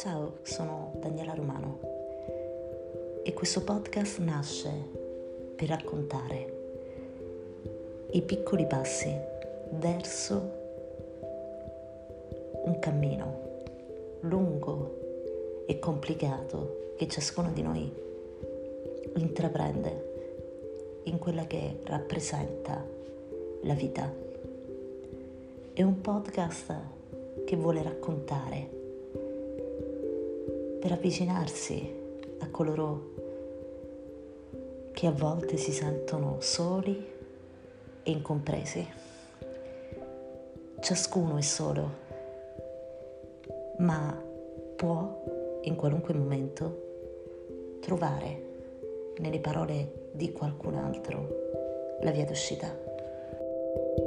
Ciao, sono Daniela Romano e questo podcast nasce per raccontare i piccoli passi verso un cammino lungo e complicato che ciascuno di noi intraprende in quella che rappresenta la vita. È un podcast che vuole raccontare per avvicinarsi a coloro che a volte si sentono soli e incompresi. Ciascuno è solo, ma può in qualunque momento trovare nelle parole di qualcun altro la via d'uscita.